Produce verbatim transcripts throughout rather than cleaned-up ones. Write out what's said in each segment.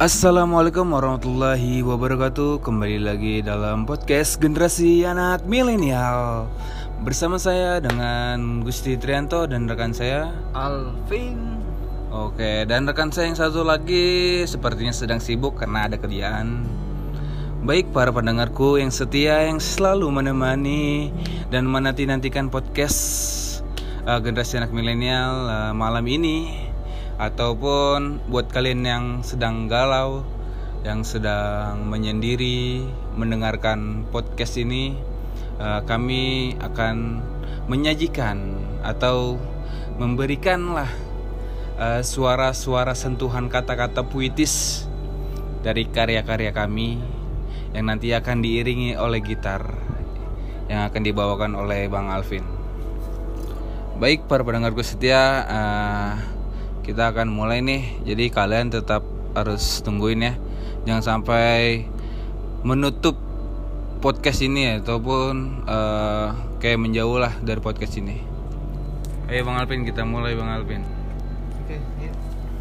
Assalamualaikum warahmatullahi wabarakatuh. Kembali lagi dalam podcast Generasi Anak Milenial. Bersama saya dengan Gusti Trianto dan rekan saya Alvin. Oke, dan rekan saya yang satu lagi sepertinya sedang sibuk karena ada kerjaan. Baik para pendengarku yang setia, yang selalu menemani dan menanti-nantikan podcast uh, Generasi Anak Milenial uh, malam ini, ataupun buat kalian yang sedang galau, yang sedang menyendiri mendengarkan podcast ini, uh, kami akan menyajikan atau memberikanlah uh, suara-suara sentuhan kata-kata puitis dari karya-karya kami yang nanti akan diiringi oleh gitar yang akan dibawakan oleh Bang Alvin. Baik para pendengarku setia, uh, kita akan mulai nih. Jadi kalian tetap harus tungguin ya. Jangan sampai menutup podcast ini ataupun uh, kayak menjauh lah dari podcast ini. Ayo Bang Alvin, kita mulai Bang Alvin. Oke, ya.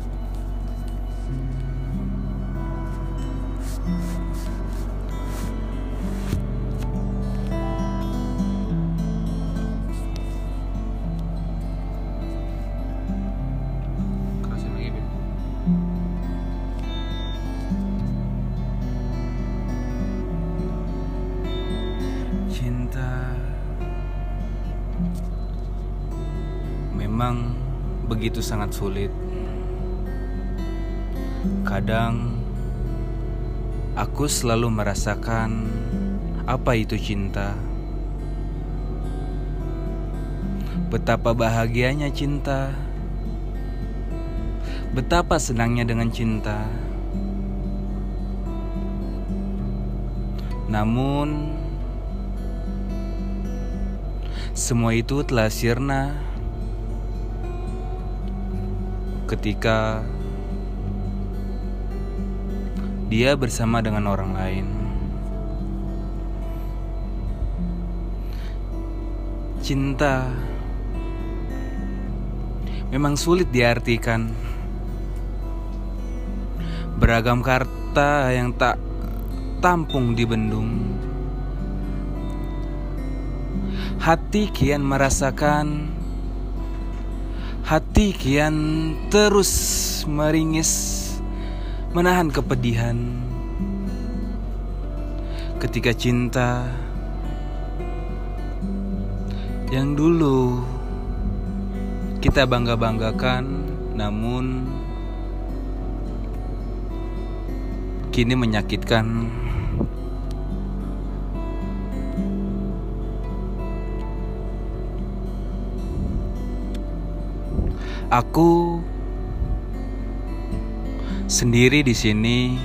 Kerasin lagi, Ben. Cinta memang begitu sangat sulit. Kadang aku selalu merasakan apa itu cinta. Betapa bahagianya cinta. Betapa senangnya dengan cinta. Namun semua itu telah sirna ketika dia bersama dengan orang lain. Cinta memang sulit diartikan. Beragam kata yang tak tampung di bendung. Hati kian merasakan, hati kian terus meringis, menahan kepedihan. Ketika cinta yang dulu kita bangga-banggakan, namun kini menyakitkan. Aku sendiri di sini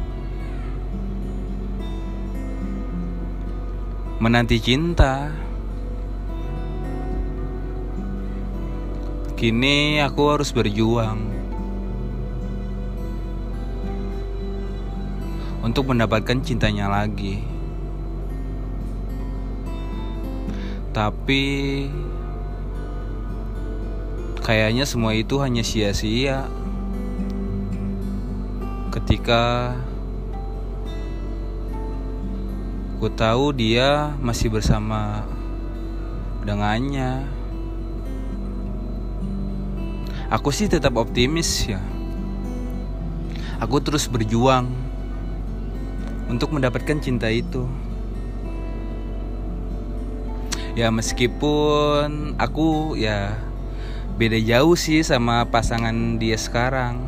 menanti cinta. Kini aku harus berjuang untuk mendapatkan cintanya lagi. Tapi kayaknya semua itu hanya sia-sia ketika ku tahu dia masih bersama dengannya. Aku sih tetap optimis ya. Aku terus berjuang untuk mendapatkan cinta itu. Ya meskipun aku ya beda jauh sih sama pasangan dia sekarang.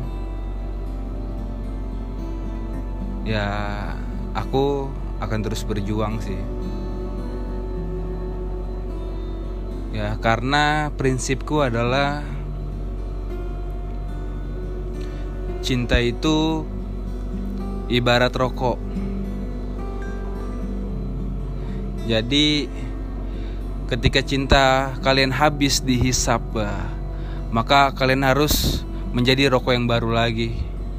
Ya aku akan terus berjuang sih. Ya karena prinsipku adalah cinta itu ibarat rokok. Jadi ketika cinta kalian habis dihisap, maka kalian harus menjadi rokok yang baru lagi,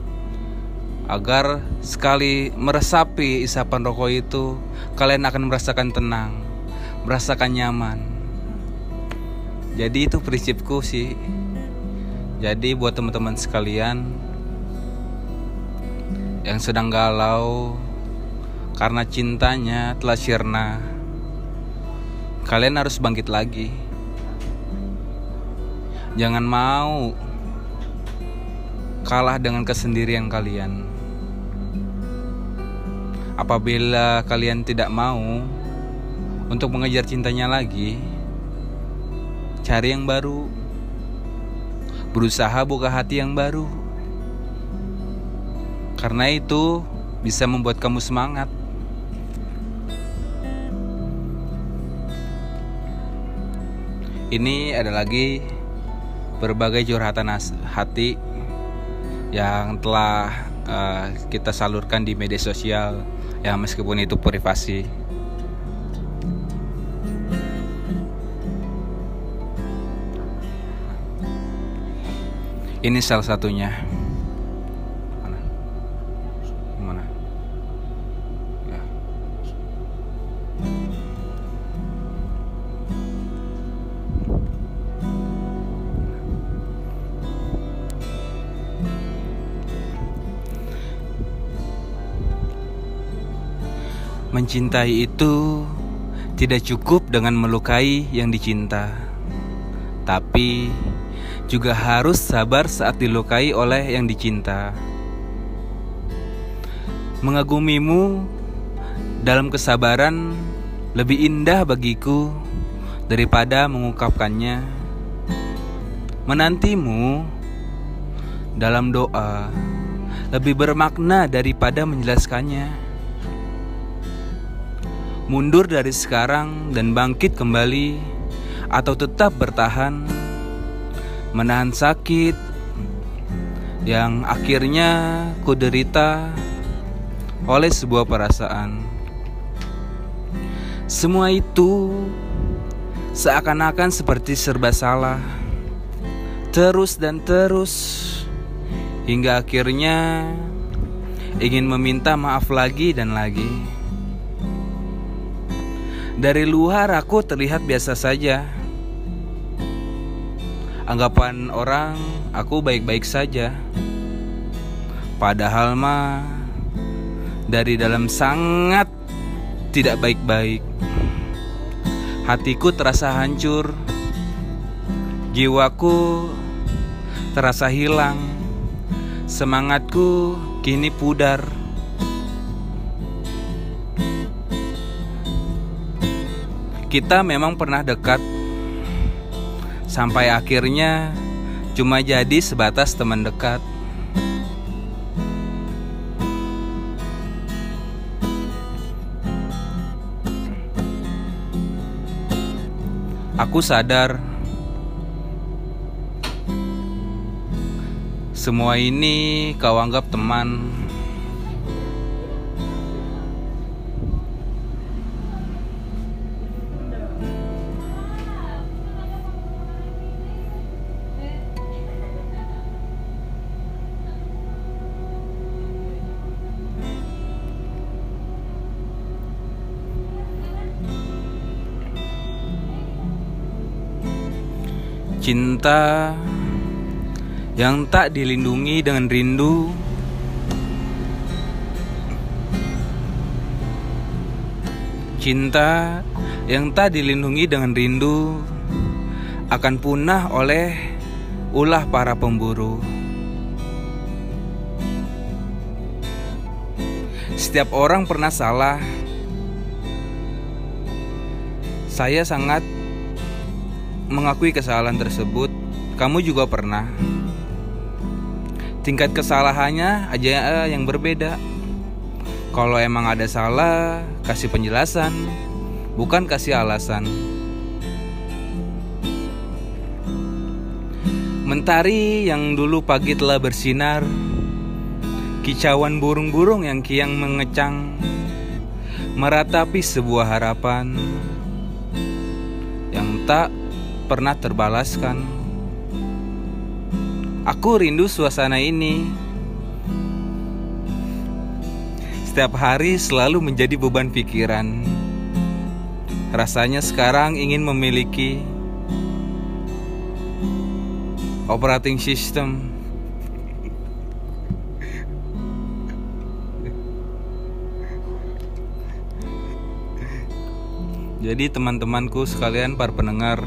agar sekali meresapi isapan rokok itu, kalian akan merasakan tenang, merasakan nyaman. Jadi itu prinsipku sih. Jadi buat teman-teman sekalian, yang sedang galau karena cintanya telah sirna. Kalian harus bangkit lagi. Jangan mau kalah dengan kesendirian kalian. Apabila kalian tidak mau untuk mengejar cintanya lagi, cari yang baru. Berusaha buka hati yang baru. Karena itu bisa membuat kamu semangat. Ini ada lagi berbagai curhatan hati yang telah uh, kita salurkan di media sosial, ya meskipun itu privasi. Ini salah satunya. Mana? Mana? Ya. Mencintai itu tidak cukup dengan melukai yang dicinta, tapi juga harus sabar saat dilukai oleh yang dicinta. Mengagumimu dalam kesabaran lebih indah bagiku daripada mengungkapkannya. Menantimu dalam doa lebih bermakna daripada menjelaskannya. Mundur dari sekarang dan bangkit kembali, atau tetap bertahan menahan sakit yang akhirnya ku derita oleh sebuah perasaan. Semua itu seakan-akan seperti serba salah, terus dan terus, hingga akhirnya ingin meminta maaf lagi dan lagi. Dari luar aku terlihat biasa saja. Anggapan orang aku baik-baik saja. Padahal mah dari dalam sangat tidak baik-baik. Hatiku terasa hancur, jiwaku terasa hilang, semangatku kini pudar. Kita memang pernah dekat, sampai akhirnya cuma jadi sebatas teman dekat. Aku sadar semua ini kau anggap teman. Cinta yang tak dilindungi dengan rindu, cinta yang tak dilindungi dengan rindu akan punah oleh ulah para pemburu. Setiap orang pernah salah. Saya sangat mengakui kesalahan tersebut. Kamu juga pernah. Tingkat kesalahannya aja yang berbeda. Kalau emang ada salah, kasih penjelasan, bukan kasih alasan. Mentari yang dulu pagi telah bersinar, kicauan burung-burung yang kian mengecang, meratapi sebuah harapan yang tak pernah terbalaskan. Aku rindu suasana ini. Setiap hari selalu menjadi beban pikiran. Rasanya sekarang ingin memiliki operating system Jadi teman-temanku sekalian, para pendengar,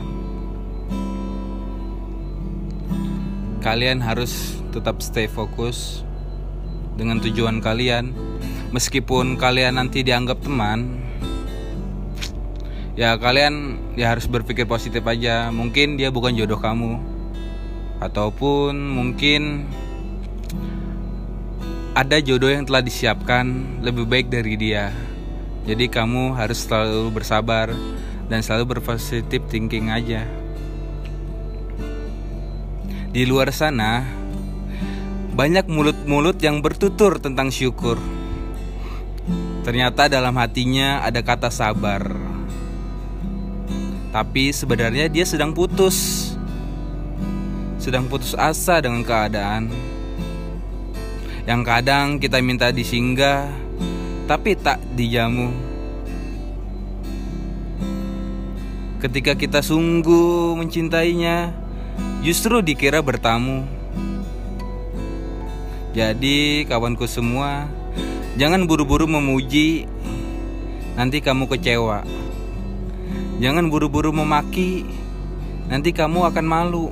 kalian harus tetap stay fokus dengan tujuan kalian. Meskipun kalian nanti dianggap teman, ya kalian ya harus berpikir positif aja. Mungkin dia bukan jodoh kamu, ataupun mungkin ada jodoh yang telah disiapkan lebih baik dari dia. Jadi kamu harus selalu bersabar dan selalu berpositif thinking aja. Di luar sana banyak mulut-mulut yang bertutur tentang syukur. Ternyata dalam hatinya ada kata sabar. Tapi sebenarnya dia sedang putus. Sedang putus asa dengan keadaan. Yang kadang kita minta disinggah, tapi tak dijamu. Ketika kita sungguh mencintainya, justru dikira bertamu. Jadi kawanku semua, jangan buru-buru memuji, nanti kamu kecewa. Jangan buru-buru memaki, nanti kamu akan malu.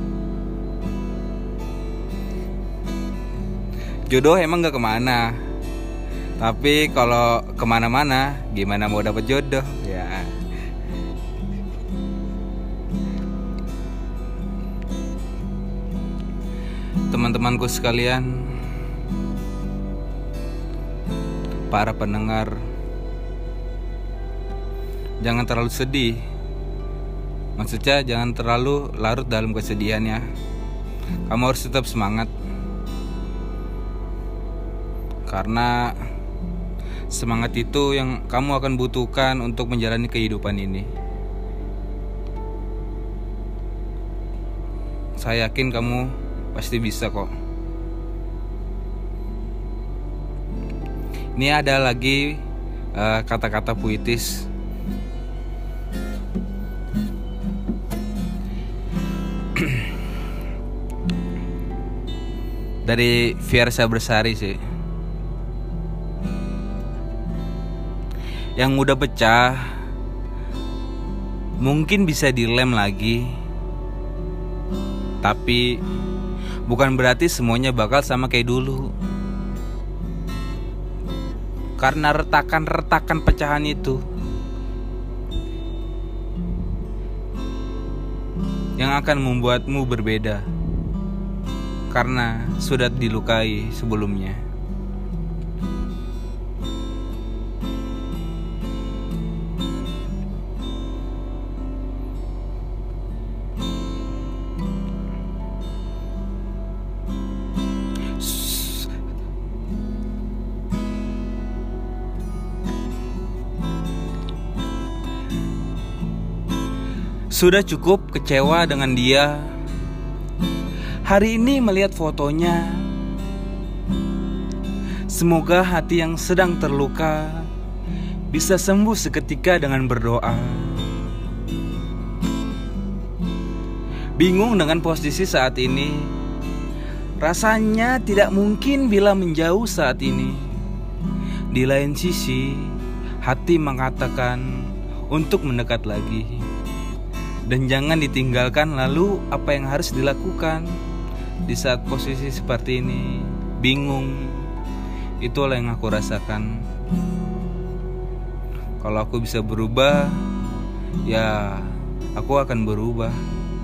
Jodoh emang gak kemana, tapi kalau kemana-mana, gimana mau dapet jodoh ya. Teman-temanku sekalian, para pendengar, jangan terlalu sedih. Maksudnya jangan terlalu larut dalam kesedihan ya. Kamu harus tetap semangat, karena semangat itu yang kamu akan butuhkan untuk menjalani kehidupan ini. Saya yakin kamu pasti bisa kok. Ini ada lagi uh, kata-kata puitis dari Fiersa Bersari sih. Yang udah pecah mungkin bisa dilem lagi, tapi bukan berarti semuanya bakal sama kayak dulu. Karena retakan-retakan pecahan itu yang akan membuatmu berbeda, karena sudah dilukai sebelumnya. Sudah cukup kecewa dengan dia. Hari ini melihat fotonya. Semoga hati yang sedang terluka bisa sembuh seketika dengan berdoa. Bingung dengan posisi saat ini. Rasanya tidak mungkin bila menjauh saat ini. Di lain sisi, hati mengatakan untuk mendekat lagi. Dan jangan ditinggalkan. Lalu apa yang harus dilakukan di saat posisi seperti ini? Bingung. Itulah yang aku rasakan. Kalau aku bisa berubah, ya aku akan berubah.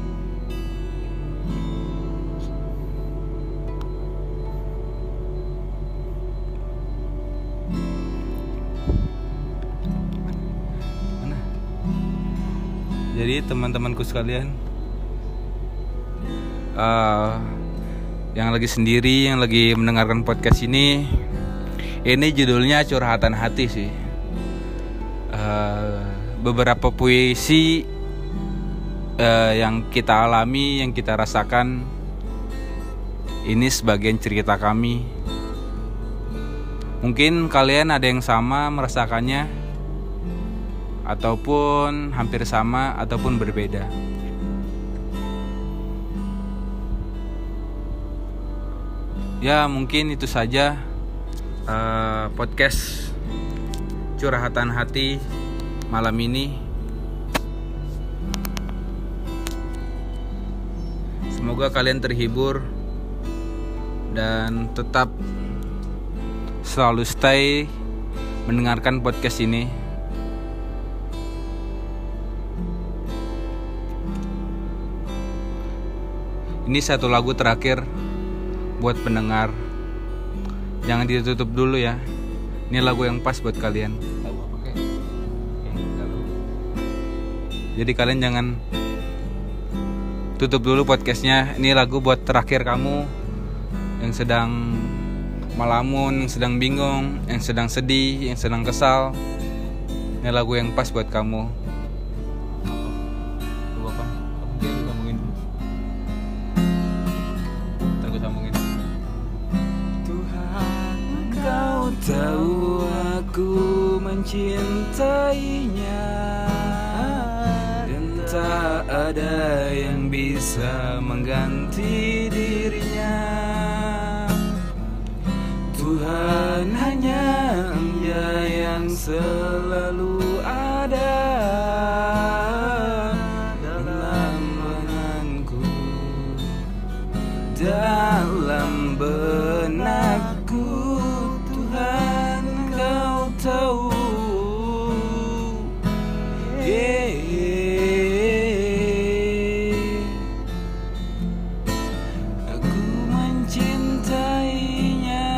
Jadi teman-temanku sekalian, uh, yang lagi sendiri, yang lagi mendengarkan podcast ini, ini judulnya Curhatan Hati sih. uh, Beberapa puisi uh, yang kita alami, yang kita rasakan, ini sebagian cerita kami. Mungkin kalian ada yang sama merasakannya, ataupun hampir sama, ataupun berbeda. Ya mungkin itu saja uh, podcast Curhatan Hati malam ini. Semoga kalian terhibur dan tetap selalu stay mendengarkan podcast ini. Ini satu lagu terakhir buat pendengar. Jangan ditutup dulu ya. Ini lagu yang pas buat kalian. Jadi kalian jangan tutup dulu podcastnya. Ini lagu buat terakhir kamu yang sedang melamun, yang sedang bingung, yang sedang sedih, yang sedang kesal. Ini lagu yang pas buat kamu. Coba Bang, aku dia sambungin dulu. Ntar gue sambungin. Tuhan, Kau tahu aku mencintainya, dan tak ada yang bisa mengganti dirinya. Tuhan, hanya Dia yang selalu ada dalam benakku, dalam benakku. Tuhan, Kau tahu, yeah. Aku mencintainya.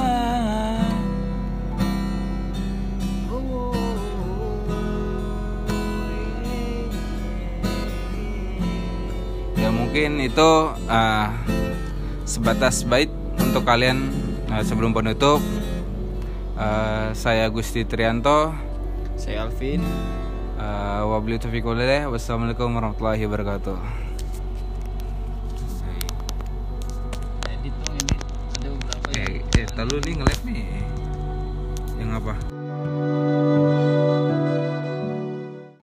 Ya mungkin itu uh, sebatas bait untuk kalian. uh, Sebelum penutup, uh, saya Gusti Trianto. Saya Alvin. uh, Wabillahi taufiq wal hidayah. Wassalamualaikum warahmatullahi wabarakatuh. Edit dong ini. Ada beberapa Eh, eh, lalu nih nge-live nih. Yang apa?